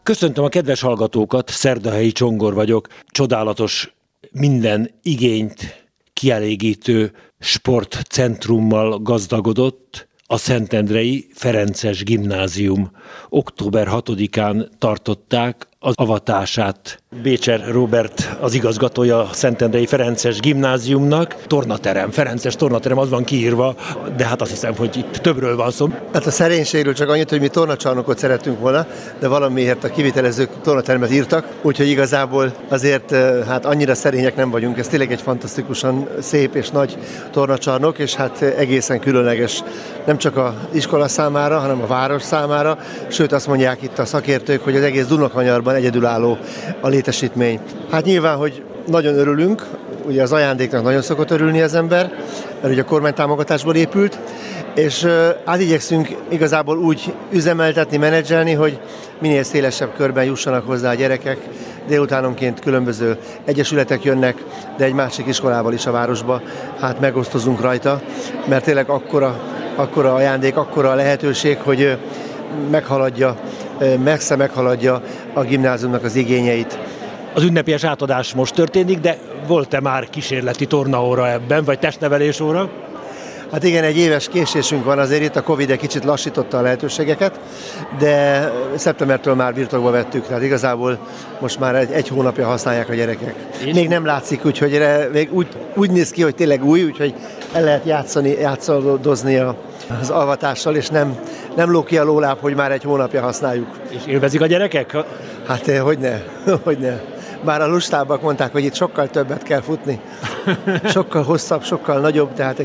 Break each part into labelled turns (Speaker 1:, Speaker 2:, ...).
Speaker 1: Köszöntöm a kedves hallgatókat, Szerdahelyi Csongor vagyok. Csodálatos, minden igényt kielégítő sportcentrummal gazdagodott a Szentendrei Ferences Gimnázium. Október 6-án tartották az avatását. Bécser Róbert az igazgatója a Szentendrei Ferences Gimnáziumnak. Tornaterem, Ferences tornaterem, az van kiírva, de hát azt hiszem, hogy itt többről van szó.
Speaker 2: Hát a szerénységről csak annyit, hogy mi tornacsarnokot szerettünk volna, de valamiért a kivitelezők tornatermet írtak, úgyhogy igazából azért hát annyira szerények nem vagyunk. Ez tényleg egy fantasztikusan szép és nagy tornacsarnok, és hát egészen különleges nem csak az iskola számára, hanem a város számára, sőt azt mondják itt a szakértők, hogy az egész Dunakanyarban egyedülálló a létesítmény. Hát nyilván, hogy nagyon örülünk, ugye az ajándéknak nagyon szokott örülni az ember, mert ugye a kormánytámogatásból épült, és hát igyekszünk igazából úgy üzemeltetni, menedzselni, hogy minél szélesebb körben jussanak hozzá a gyerekek. Délutánonként különböző egyesületek jönnek, de egy másik iskolával is a városba, hát megosztozunk rajta, mert tényleg akkora ajándék, akkora lehetőség, hogy messze meghaladja a gimnáziumnak az igényeit.
Speaker 1: Az ünnepélyes átadás most történik, de volt-e már kísérleti tornaóra ebben, vagy testnevelés óra?
Speaker 2: Hát igen, egy éves késésünk van azért, itt a Covid egy kicsit lassította a lehetőségeket, de szeptembertől már birtokba vettük, tehát igazából most már egy hónapja használják a gyerekek. Még nem látszik, úgyhogy még úgy néz ki, hogy tényleg új, úgyhogy el lehet játszadozni az avatással, és nem ló ki a lóláb, hogy már egy hónapja használjuk.
Speaker 1: És élvezik a gyerekek?
Speaker 2: Hát hogyne. Bár a lustábbak mondták, hogy itt sokkal többet kell futni. Sokkal hosszabb, sokkal nagyobb, tehát egy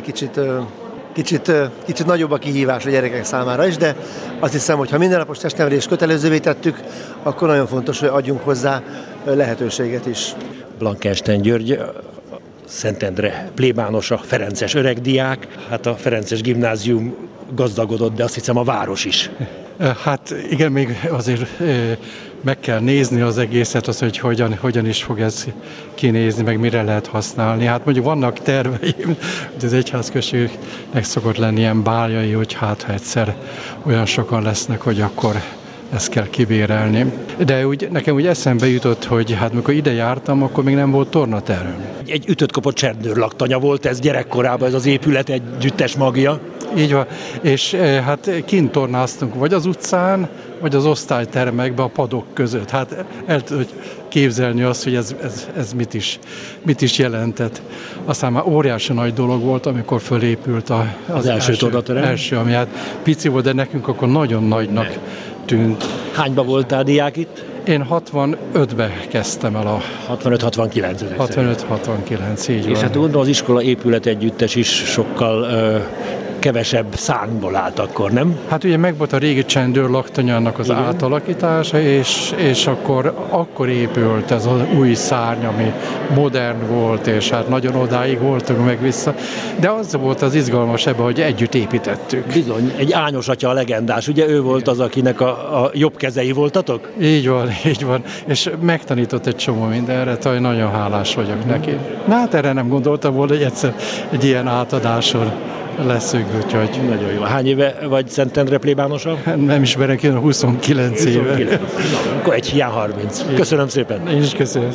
Speaker 2: kicsit nagyobb a kihívás a gyerekek számára is, de azt hiszem, hogy ha mindennapos testnevelést kötelezővé tettük, akkor nagyon fontos, hogy adjunk hozzá lehetőséget is.
Speaker 1: Blankenstein György, Szentendre plébánosa, ferences öregdiák. Hát a Ferences Gimnázium gazdagodott, de azt hiszem a város is.
Speaker 3: Hát igen, még azért meg kell nézni az egészet, hogy hogyan is fog ez kinézni, meg mire lehet használni. Hát mondjuk vannak terveim, hogy az egyházközségnek szokott lenni ilyen báljai, hogy hát ha egyszer olyan sokan lesznek, hogy akkor ezt kell kibérelni. De nekem úgy eszembe jutott, hogy hát mikor ide jártam, akkor még nem volt tornaterem.
Speaker 1: Egy ütött kapott csernőrlaktanya volt ez gyerekkorában, ez az épület együttes magja.
Speaker 3: Így van, és hát kint tornáztunk, vagy az utcán, vagy az osztálytermekben a padok között. Hát el tudod képzelni azt, hogy ez mit is jelentett. Aztán már óriási nagy dolog volt, amikor fölépült az első tornaterem. Első, ami hát pici volt, de nekünk akkor nagyon nagynak tűnt.
Speaker 1: Hányba voltál diák itt?
Speaker 3: Én 65-ben kezdtem el
Speaker 1: 65-69.
Speaker 3: 65-69, így van.
Speaker 1: És hát gondolom az iskola épület együttes is sokkal kevesebb szárnyból állt akkor, nem?
Speaker 3: Hát ugye meg volt a régi csendőrlaktanyának az átalakítása, és akkor épült ez az új szárny, ami modern volt, és hát nagyon odáig voltunk meg vissza. De az volt az izgalmas ebben, hogy együtt építettük.
Speaker 1: Bizony, egy Ányos atya a legendás, ugye ő volt az, akinek a jobb kezei voltatok?
Speaker 3: Így van, és megtanított egy csomó mindenre, tehát nagyon hálás vagyok neki. Na hát erre nem gondoltam volna, hogy egyszer egy ilyen átadáson leszünk, úgyhogy...
Speaker 1: Nagyon jó. Hány éve vagy Szentendre plébánosa?
Speaker 3: Nem ismerem ki, 29 éve.
Speaker 1: Akkor egy hiány 30. Köszönöm szépen.
Speaker 3: Én is köszönöm.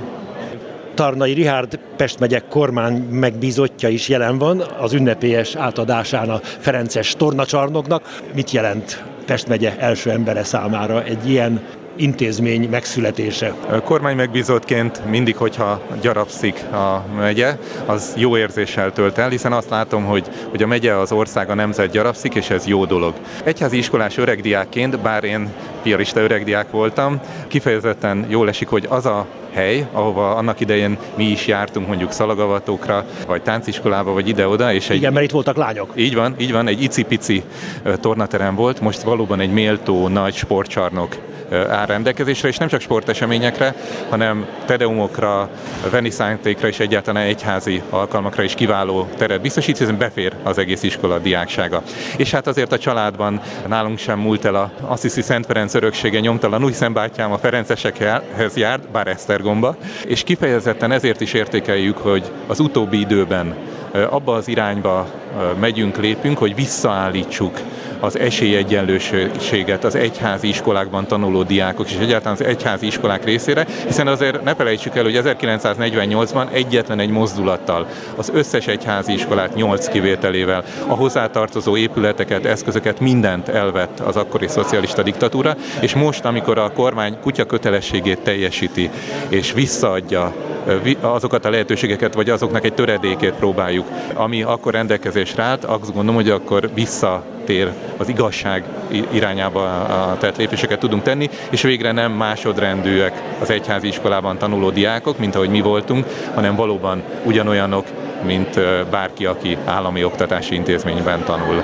Speaker 1: Tarnai Richárd Pest megye kormány megbízottja is jelen van az ünnepélyes átadásán a ferences tornacsarnoknak. Mit jelent Pest megye első embere számára egy ilyen intézmény megszületése?
Speaker 4: Kormány megbízottként mindig, hogyha gyarapszik a megye, az jó érzéssel tölt el, hiszen azt látom, hogy a megye, az ország, a nemzet gyarapszik, és ez jó dolog. Egyházi iskolás öregdiákként, bár én piarista öregdiák voltam, kifejezetten jól esik, hogy az a hely, ahova annak idején mi is jártunk, mondjuk szalagavatókra, vagy tánciskolába, vagy ide-oda. És
Speaker 1: igen, mert itt voltak lányok.
Speaker 4: Így van, egy icipici tornaterem volt, most valóban egy méltó nagy sportcsarnok áll rendelkezésre, és nem csak sporteseményekre, hanem tedeumokra, veniszántékra és egyáltalán egyházi alkalmakra is kiváló teret biztosít, hiszen befér az egész iskola diáksága. És hát azért a családban nálunk sem múlt el a Assisi Szent Ferenc öröksége nyomtalanul, hiszen bátyám a ferencesekhez járt, bár Esztergomba, és kifejezetten ezért is értékeljük, hogy az utóbbi időben abba az irányba lépünk, hogy visszaállítsuk az esélyegyenlőséget az egyházi iskolákban tanuló diákok és egyáltalán az egyházi iskolák részére, hiszen azért ne felejtsük el, hogy 1948-ban egyetlen egy mozdulattal az összes egyházi iskolát 8 kivételével, a hozzátartozó épületeket, eszközöket, mindent elvett az akkori szocialista diktatúra, és most, amikor a kormány kutya kötelességét teljesíti, és visszaadja azokat a lehetőségeket, vagy azoknak egy töredékét próbáljuk, ami akkor rendelkezésre állt, azt gondolom, hogy akkor visszatér az igazság irányába a tett lépéseket tudunk tenni, és végre nem másodrendűek az egyházi iskolában tanuló diákok, mint ahogy mi voltunk, hanem valóban ugyanolyanok, mint bárki, aki állami oktatási intézményben tanul.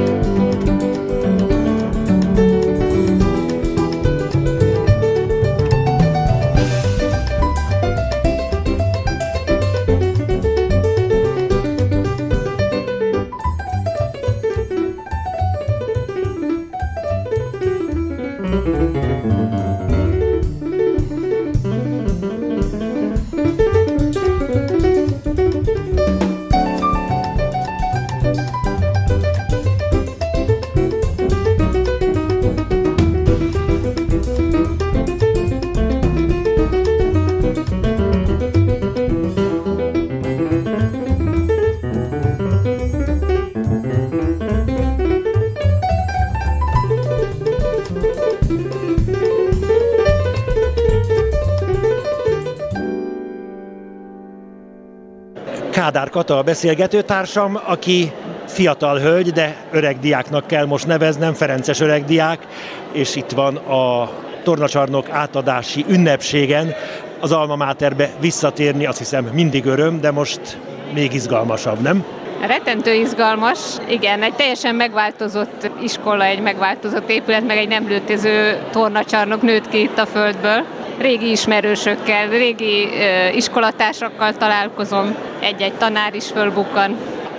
Speaker 1: Kádár Kata a beszélgetőtársam, aki fiatal hölgy, de öreg diáknak kell most neveznem, ferences öreg diák, és itt van a tornacsarnok átadási ünnepségen az Alma Materbe visszatérni, azt hiszem mindig öröm, de most még izgalmasabb, nem?
Speaker 5: Rettentő izgalmas, igen, egy teljesen megváltozott iskola, egy megváltozott épület, meg egy nem létező tornacsarnok nőtt ki itt a földből. Régi ismerősökkel, régi iskolatársakkal találkozom, egy-egy tanár is fölbukkan.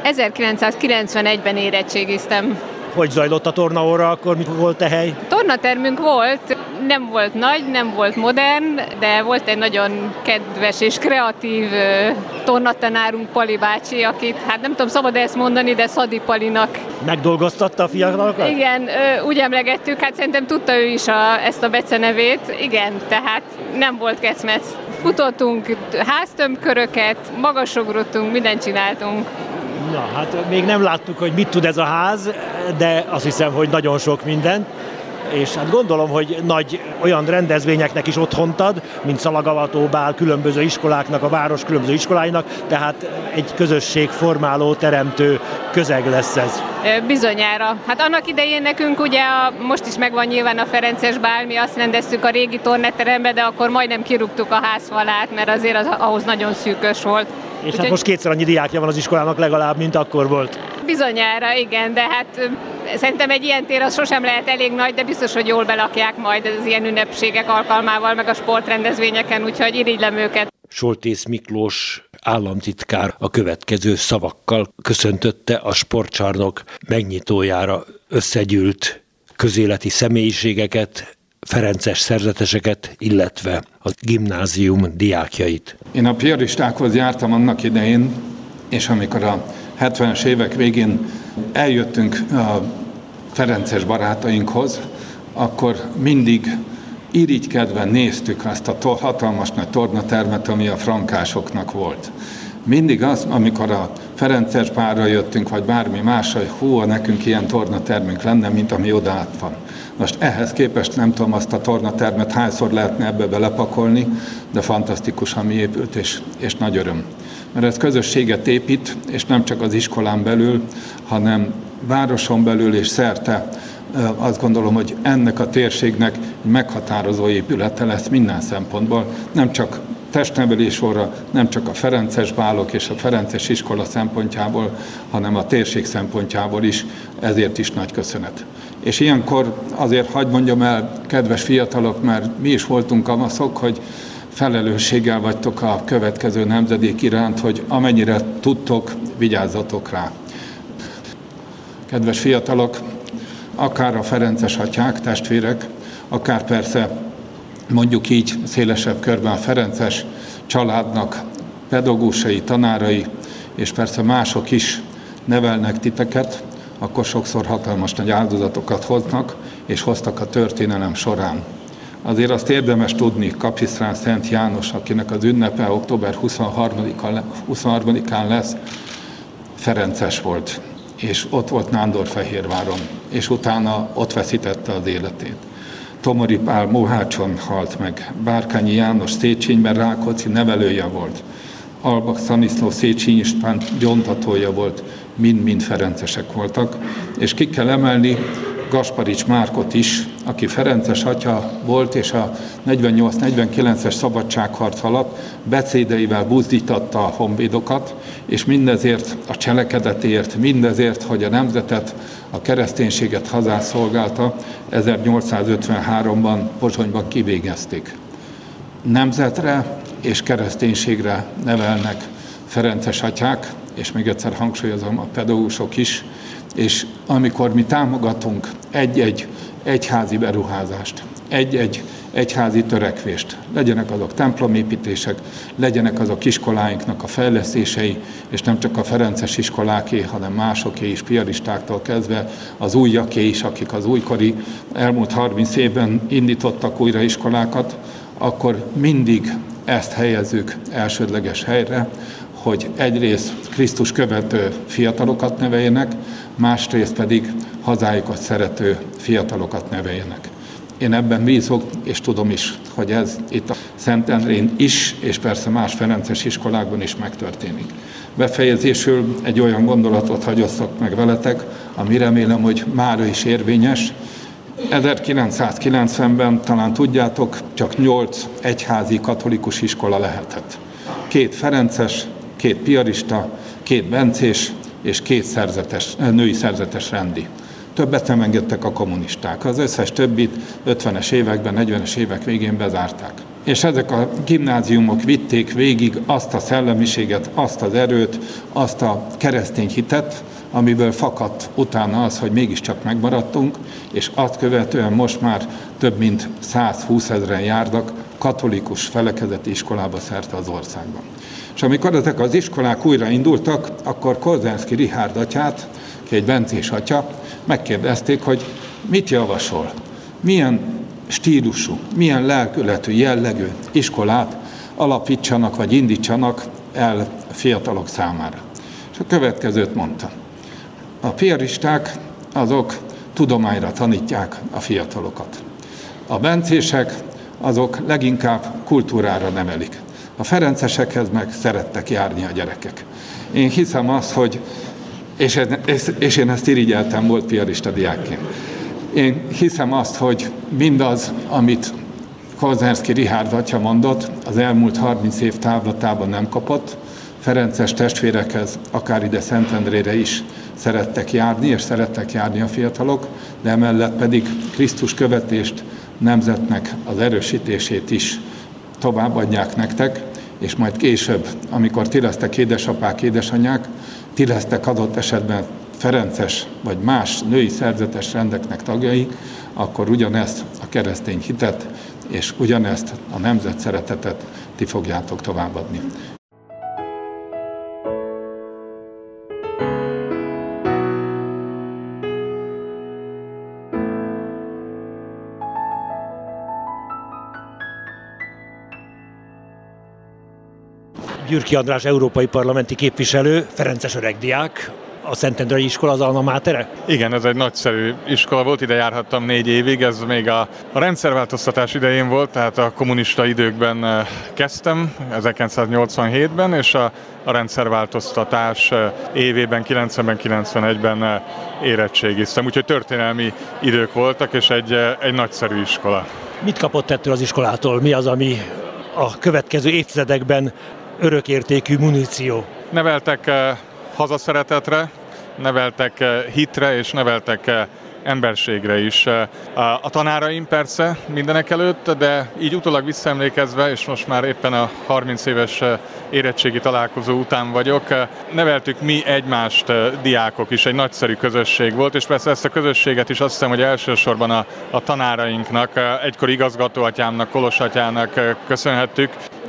Speaker 5: 1991-ben érettségiztem.
Speaker 1: Hogy zajlott a tornaóra, akkor mikor volt a hely?
Speaker 5: Tornatermünk volt, nem volt nagy, nem volt modern, de volt egy nagyon kedves és kreatív tornatanárunk, Pali bácsi, akit, hát nem tudom, szabad ezt mondani, de Szadi Palinak.
Speaker 1: Megdolgoztatta a fiatalokat?
Speaker 5: Igen, úgy emlegettük, hát szerintem tudta ő is ezt a becenevét. Igen, tehát nem volt kecmec. Futottunk háztömbköröket, magasugrottunk, mindent csináltunk.
Speaker 1: Na, hát még nem láttuk, hogy mit tud ez a ház, de azt hiszem, hogy nagyon sok minden. És hát gondolom, hogy nagy olyan rendezvényeknek is otthont ad, mint szalagavató bál különböző iskoláknak, a város különböző iskoláinak, tehát egy közösségformáló, teremtő közeg lesz ez.
Speaker 5: Bizonyára. Hát annak idején nekünk ugye most is megvan nyilván a ferences bál, mi azt rendeztük a régi tornaterembe, de akkor majdnem kirúgtuk a házfalát, mert azért ahhoz nagyon szűkös volt.
Speaker 1: És hát most kétszer annyi diákja van az iskolának legalább, mint akkor volt.
Speaker 5: Bizonyára, igen, de hát szerintem egy ilyen tér az sosem lehet elég nagy, de biztos, hogy jól belakják majd az ilyen ünnepségek alkalmával, meg a sportrendezvényeken, úgyhogy irigylem őket.
Speaker 1: Soltész Miklós államtitkár a következő szavakkal köszöntötte a sportcsarnok megnyitójára összegyűlt közéleti személyiségeket, ferences szerzeteseket, illetve a gimnázium diákjait.
Speaker 6: Én a piaristákhoz jártam annak idején, és amikor a 70-es évek végén eljöttünk a ferences barátainkhoz, akkor mindig irigykedve néztük azt a hatalmas nagy tornatermet, ami a frankásoknak volt. Mindig az, amikor a ferences párra jöttünk, vagy bármi másra, hogy hú, nekünk ilyen tornatermünk lenne, mint ami odaát van. Most ehhez képest nem tudom, azt a tornatermet hányszor lehetne ebbe belepakolni, de fantasztikusan épült, és nagy öröm. Mert ez közösséget épít, és nem csak az iskolán belül, hanem városon belül és szerte. Azt gondolom, hogy ennek a térségnek meghatározó épülete lesz minden szempontból, nem csak testnevelés óra, nem csak a ferences bálok és a ferences iskola szempontjából, hanem a térség szempontjából is, ezért is nagy köszönet. És ilyenkor azért hadd mondjam el, kedves fiatalok, mert mi is voltunk kamaszok, hogy felelősséggel vagytok a következő nemzedék iránt, hogy amennyire tudtok, vigyázzatok rá. Kedves fiatalok, akár a ferences atyák, testvérek, akár persze mondjuk így szélesebb körben a ferences családnak pedagógusai, tanárai, és persze mások is nevelnek titeket, akkor sokszor hatalmas nagy áldozatokat hoznak, és hoztak a történelem során. Azért azt érdemes tudni, Kapisztrán Szent János, akinek az ünnepe október 23-án lesz, ferences volt, és ott volt Nándorfehérváron, és utána ott veszítette az életét. Tomori Pál Mohácson halt meg, Bárkányi János Széchenyben Rákóczi nevelője volt, Albak Szaniszló Széchenyi István gyóntatója volt, mind-mind ferencesek voltak, és ki kell emelni Gasparics Márkot is, aki ferences atya volt, és a 48-49-es szabadságharc alatt beszédeivel buzdította a honvédokat, és mindezért a cselekedetért, mindezért, hogy a nemzetet, a kereszténységet hazászolgálta, 1853-ban Pozsonyban kivégezték. Nemzetre és kereszténységre nevelnek ferences atyák, és még egyszer hangsúlyozom, a pedagógusok is, és amikor mi támogatunk egy-egy egyházi beruházást, egy-egy egyházi törekvést, legyenek azok templomépítések, legyenek azok iskoláinknak a fejlesztései, és nem csak a ferences iskoláké, hanem másoké is, piaristáktól kezdve az újjaké is, akik az újkori elmúlt 30 évben indítottak újra iskolákat, akkor mindig ezt helyezzük elsődleges helyre, hogy egyrészt Krisztus követő fiatalokat neveljenek, másrészt pedig hazájukat szerető fiatalokat neveljenek. Én ebben bízok, és tudom is, hogy ez itt a Szentendrén is, és persze más ferences iskolákban is megtörténik. Befejezésül egy olyan gondolatot hagyosszak meg veletek, ami remélem, hogy mára is érvényes. 1990-ben, talán tudjátok, csak 8 egyházi katolikus iskola lehetett. 2 ferences, 2 piarista, 2 bencés és 2 női szerzetes rendi. Többet nem engedtek a kommunisták. Az összes többit 50-es években, 40-es évek végén bezárták. És ezek a gimnáziumok vitték végig azt a szellemiséget, azt az erőt, azt a keresztény hitet, amiből fakadt utána az, hogy mégiscsak megmaradtunk, és azt követően most már több mint 120 000 járnak katolikus felekezeti iskolába szerte az országban. És amikor ezek az iskolák újraindultak, akkor Kozelszky Richárd atyát, ki egy bencés atya, megkérdezték, hogy mit javasol, milyen stílusú, milyen lelkületű, jellegű iskolát alapítsanak vagy indítsanak el fiatalok számára. És a következőt mondta. A piaristák azok tudományra tanítják a fiatalokat. A bencések azok leginkább kultúrára nevelik. A ferencesekhez meg szerettek járni a gyerekek. Én hiszem azt, hogy, és én ezt irigyeltem, volt piarista diákként. Én hiszem azt, hogy mindaz, amit Kozelszky Richárd atya mondott, az elmúlt 30 év távlatában nem kapott. Ferences testvérekhez, akár ide Szentendrére is szerettek járni, és szerettek járni a fiatalok, de emellett pedig Krisztus követést, nemzetnek az erősítését is továbbadják nektek, és majd később, amikor ti lesztek édesapák, édesanyák, ti lesztek adott esetben ferences vagy más női szerzetes rendeknek tagjai, akkor ugyanezt a keresztény hitet és ugyanezt a nemzet szeretetet ti fogjátok továbbadni.
Speaker 1: Gyürki András európai parlamenti képviselő, ferences öregdiák, a Szentendrei iskola az alma matere?
Speaker 7: Igen, ez egy nagyszerű iskola volt, ide járhattam 4 évig, ez még a rendszerváltoztatás idején volt, tehát a kommunista időkben kezdtem, 1987-ben, és a rendszerváltoztatás évében, 90-ben, 91-ben érettségiztem, úgyhogy történelmi idők voltak, és egy nagyszerű iskola.
Speaker 1: Mit kapott ettől az iskolától? Mi az, ami a következő évtizedekben örökértékű muníció?
Speaker 7: Neveltek hazaszeretetre, neveltek hitre, és neveltek emberségre is. A tanáraim persze mindenek előtt, de így utólag visszaemlékezve, és most már éppen a 30 éves érettségi találkozó után vagyok, neveltük mi egymást, diákok is, egy nagyszerű közösség volt, és persze ezt a közösséget is azt hiszem, hogy elsősorban a tanárainknak, egykor igazgatóatyámnak, Kolos atyának köszönhettük,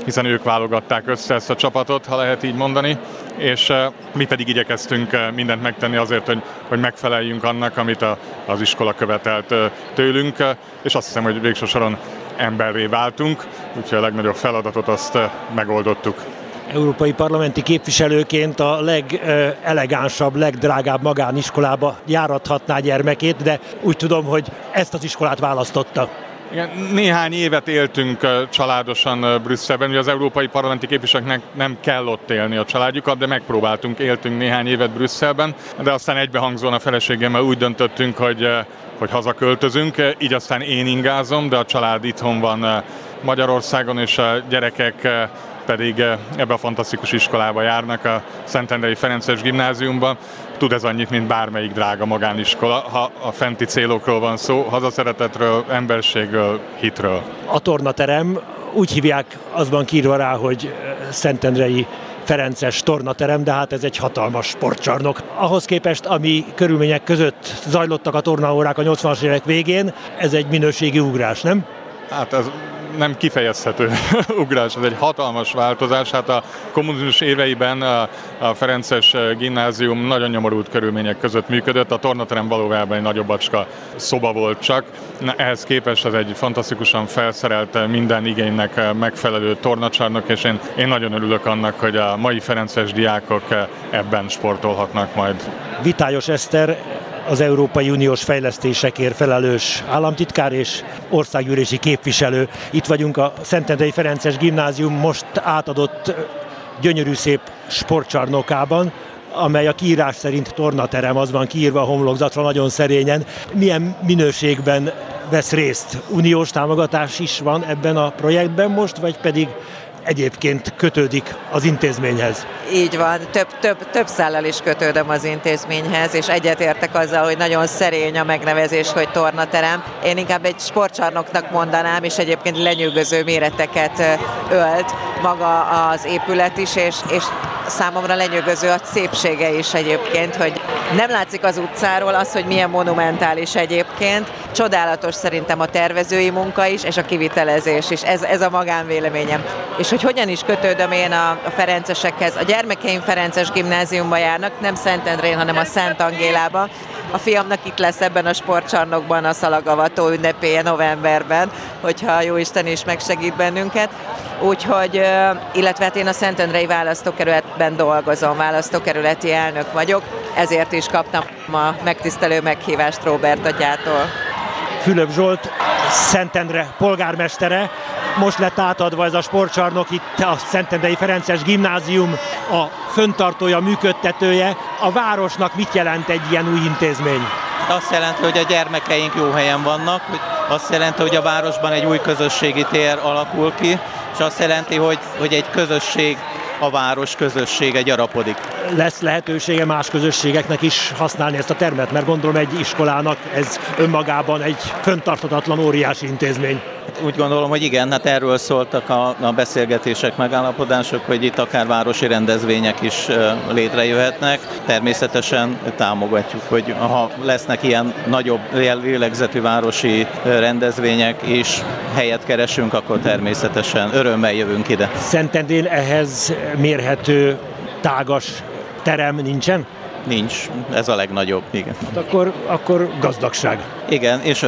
Speaker 7: hiszen ők válogatták össze ezt a csapatot, ha lehet így mondani, és mi pedig igyekeztünk mindent megtenni azért, hogy megfeleljünk annak, amit az iskola követelt tőlünk, és azt hiszem, hogy végső soron emberré váltunk, úgyhogy a legnagyobb feladatot azt megoldottuk.
Speaker 1: Európai parlamenti képviselőként a legelegánsabb, legdrágább magániskolába járathatná gyermekét, de úgy tudom, hogy ezt az iskolát választotta.
Speaker 7: Igen, néhány évet éltünk családosan Brüsszelben, ugye az európai parlamenti képviselőknek nem kell ott élni a családjukat, de megpróbáltunk, éltünk néhány évet Brüsszelben, de aztán egybehangzóan a feleségemmel úgy döntöttünk, hogy hazaköltözünk, így aztán én ingázom, de a család itthon van Magyarországon, és a gyerekek pedig ebbe a fantasztikus iskolába járnak, a Szentendrei Ferences Gimnáziumban. Tud ez annyit, mint bármelyik drága magániskola, ha a fenti célokról van szó, hazaszeretetről, emberségről, hitről.
Speaker 1: A tornaterem, úgy hívják, az van kiírva rá, hogy Szentendrei Ferences tornaterem, de hát ez egy hatalmas sportcsarnok. Ahhoz képest, ami körülmények között zajlottak a tornaórák a 80-as évek végén, ez egy minőségi ugrás, nem?
Speaker 7: Hát ez nem kifejezhető ugrás, ez egy hatalmas változás. Hát a kommunizmus éveiben a Ferences Gimnázium nagyon nyomorult körülmények között működött, a tornaterem valójában egy nagyobbacska szoba volt csak. Ehhez képest ez egy fantasztikusan felszerelt, minden igénynek megfelelő tornacsarnok, és én nagyon örülök annak, hogy a mai ferences diákok ebben sportolhatnak majd.
Speaker 1: Vitályos Eszter, az Európai Uniós fejlesztésekért felelős államtitkár és országgyűlési képviselő. Itt vagyunk a Szentendrei Ferences Gimnázium most átadott gyönyörű szép sportcsarnokában, amely a kiírás szerint tornaterem, az van kiírva a homlokzatra nagyon szerényen. Milyen minőségben vesz részt? Uniós támogatás is van ebben a projektben most, vagy pedig egyébként kötődik az intézményhez?
Speaker 8: Így van, több szállal is kötődöm az intézményhez, és egyetértek azzal, hogy nagyon szerény a megnevezés, hogy tornaterem. Én inkább egy sportcsarnoknak mondanám, és egyébként lenyűgöző méreteket ölt maga az épület is, és számomra lenyűgöző a szépsége is egyébként, hogy nem látszik az utcáról az, hogy milyen monumentális egyébként. Csodálatos szerintem a tervezői munka is, és a kivitelezés is. Ez a magánvéleményem. És hogy hogyan is kötődöm én a ferencesekhez. A gyermekeim Ferences Gimnáziumba járnak, nem Szentendrén, hanem a Szent Angélába. A fiamnak itt lesz ebben a sportcsarnokban a szalagavató ünnepélye novemberben, hogyha a Jóisten is megsegít bennünket. Úgyhogy, illetve hát én a Szentendrei választókerületben dolgozom, választókerületi elnök vagyok, ezért is kaptam a megtisztelő meghívást Róbert atyától.
Speaker 1: Fülöp Zsolt, Szentendre polgármestere, most lett átadva ez a sportcsarnok, itt a Szentendrei Ferences Gimnázium a föntartója, működtetője. A városnak mit jelent egy ilyen új intézmény?
Speaker 9: Azt jelenti, hogy a gyermekeink jó helyen vannak, azt jelenti, hogy a városban egy új közösségi tér alakul ki, és azt jelenti, hogy egy közösség, a város közössége gyarapodik.
Speaker 1: Lesz lehetősége más közösségeknek is használni ezt a termet, mert gondolom egy iskolának ez önmagában egy fenntarthatatlan óriási intézmény.
Speaker 9: Úgy gondolom, hogy igen, hát erről szóltak a beszélgetések, megállapodások, hogy itt akár városi rendezvények is létrejöhetnek. Természetesen támogatjuk, hogy ha lesznek ilyen nagyobb lélegzetű városi rendezvények és helyet keresünk, akkor természetesen örömmel jövünk ide.
Speaker 1: Szentendrén ehhez mérhető tágas terem nincsen?
Speaker 9: Nincs, ez a legnagyobb, igen.
Speaker 1: Hát akkor gazdagság.
Speaker 9: Igen, és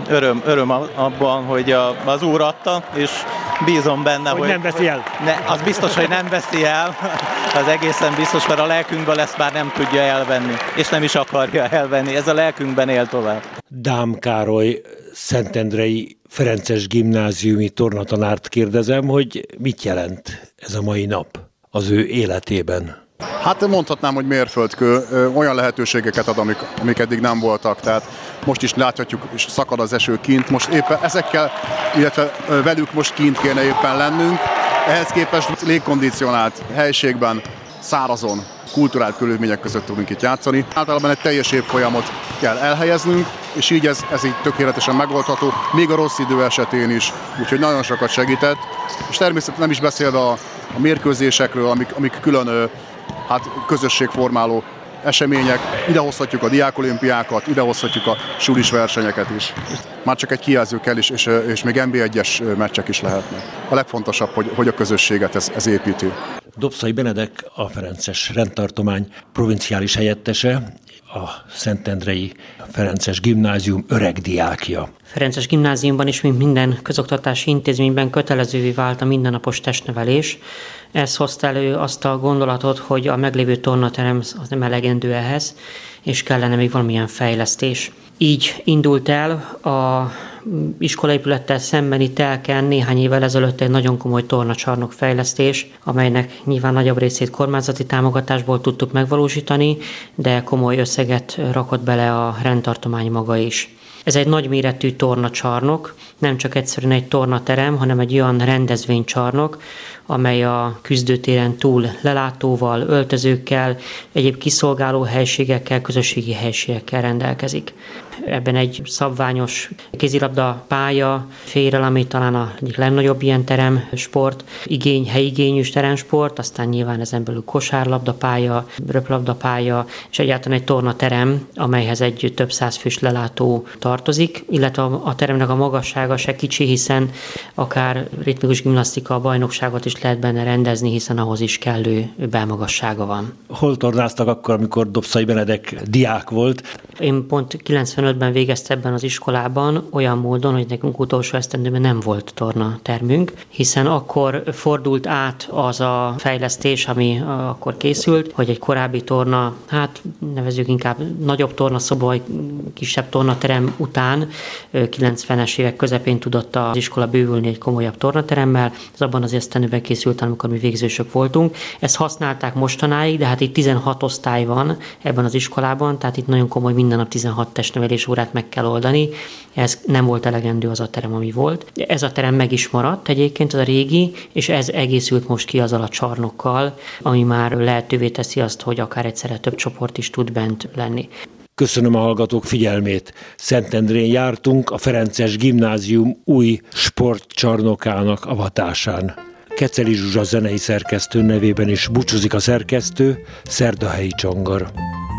Speaker 9: öröm abban, hogy az Úr adta, és bízom benne,
Speaker 1: hogy nem veszi el.
Speaker 9: Az biztos, hogy nem veszi el, az egészen biztos, mert a lelkünkben ezt már nem tudja elvenni, és nem is akarja elvenni, ez a lelkünkben él tovább.
Speaker 1: Dám Károly, Szentendrei Ferences Gimnáziumi tornatanárt kérdezem, hogy mit jelent ez a mai nap az ő életében?
Speaker 10: Hát mondhatnám, hogy mérföldkő, olyan lehetőségeket ad, amik eddig nem voltak, tehát most is láthatjuk, és szakad az eső kint, most éppen ezekkel, illetve velük most kint kéne éppen lennünk, ehhez képest légkondicionált helységben, szárazon, kulturált körülmények között tudunk itt játszani. Általában egy teljes évfolyamot kell elhelyeznünk, és így ez így tökéletesen megoldható, még a rossz idő esetén is, úgyhogy nagyon sokat segített, és természetesen nem is beszélve a mérkőzésekről, amik külön közösségformáló események, idehozhatjuk a diákolimpiákat, idehozhatjuk a sulis versenyeket is. Már csak egy kijelző kell is, és még NB1-es meccsek is lehetnek. A legfontosabb, hogy a közösséget ez építi.
Speaker 1: Dobszai Benedek, a ferences rendtartomány provinciális helyettese, a Szentendrei Ferences Gimnázium öreg diákja.
Speaker 11: Ferences Gimnáziumban is, mint minden közoktatási intézményben kötelezővé vált a mindennapos testnevelés. Ez hozta elő azt a gondolatot, hogy a meglévő tornaterem az nem elegendő ehhez, és kellene még valamilyen fejlesztés. Így indult el a iskolaépülettel szembeni telken néhány évvel ezelőtt egy nagyon komoly tornacsarnok fejlesztés, amelynek nyilván nagyobb részét kormányzati támogatásból tudtuk megvalósítani, de komoly összeget rakott bele a rendtartomány maga is. Ez egy nagyméretű tornacsarnok, nem csak egyszerűen egy tornaterem, hanem egy olyan rendezvénycsarnok, amely a küzdőtéren túl lelátóval, öltözőkkel, egyéb kiszolgáló helységekkel, közösségi helységekkel rendelkezik. Ebben egy szabványos kézilabda pálya fér el, ami talán a egyik legnagyobb ilyen teremsport, helyigényű teremsport, aztán nyilván ezen belül kosárlabda pálya, röplabda pálya, és egyáltalán egy tornaterem, amelyhez egy több száz fős lelátó tartozik, illetve a teremnek a magassága se kicsi, hiszen akár ritmikus gimnasztika bajnokságot is lehet benne rendezni, hiszen ahhoz is kellő belmagassága van.
Speaker 1: Hol tornáztak akkor, amikor Dobszai Benedek diák volt?
Speaker 11: Én pont 95-ben végeztem ebben az iskolában olyan módon, hogy nekünk utolsó esztendőben nem volt tornatermünk, hiszen akkor fordult át az a fejlesztés, ami akkor készült, hogy egy korábbi torna, nevezzük inkább nagyobb tornaszoba, vagy kisebb tornaterem után 90-es évek közepén tudott az iskola bővülni egy komolyabb tornateremmel. Ez abban az esztendőben készült, amikor mi végzősök voltunk. Ezt használták mostanáig, de hát itt 16 osztály van ebben az iskolában, tehát itt nagyon komoly minden nap 16 testnevelés órát meg kell oldani. Ez nem volt elegendő az a terem, ami volt. Ez a terem meg is maradt egyébként, az a régi, és ez egészült most ki azzal a csarnokkal, ami már lehetővé teszi azt, hogy akár egyszerre több csoport is tud bent lenni.
Speaker 1: Köszönöm a hallgatók figyelmét. Szentendrén jártunk a Ferences Gimnázium új sportcsarnokának avatásán. Keceli Zsuzsa zenei szerkesztő nevében is búcsúzik a szerkesztő, Szerdahelyi Csongor.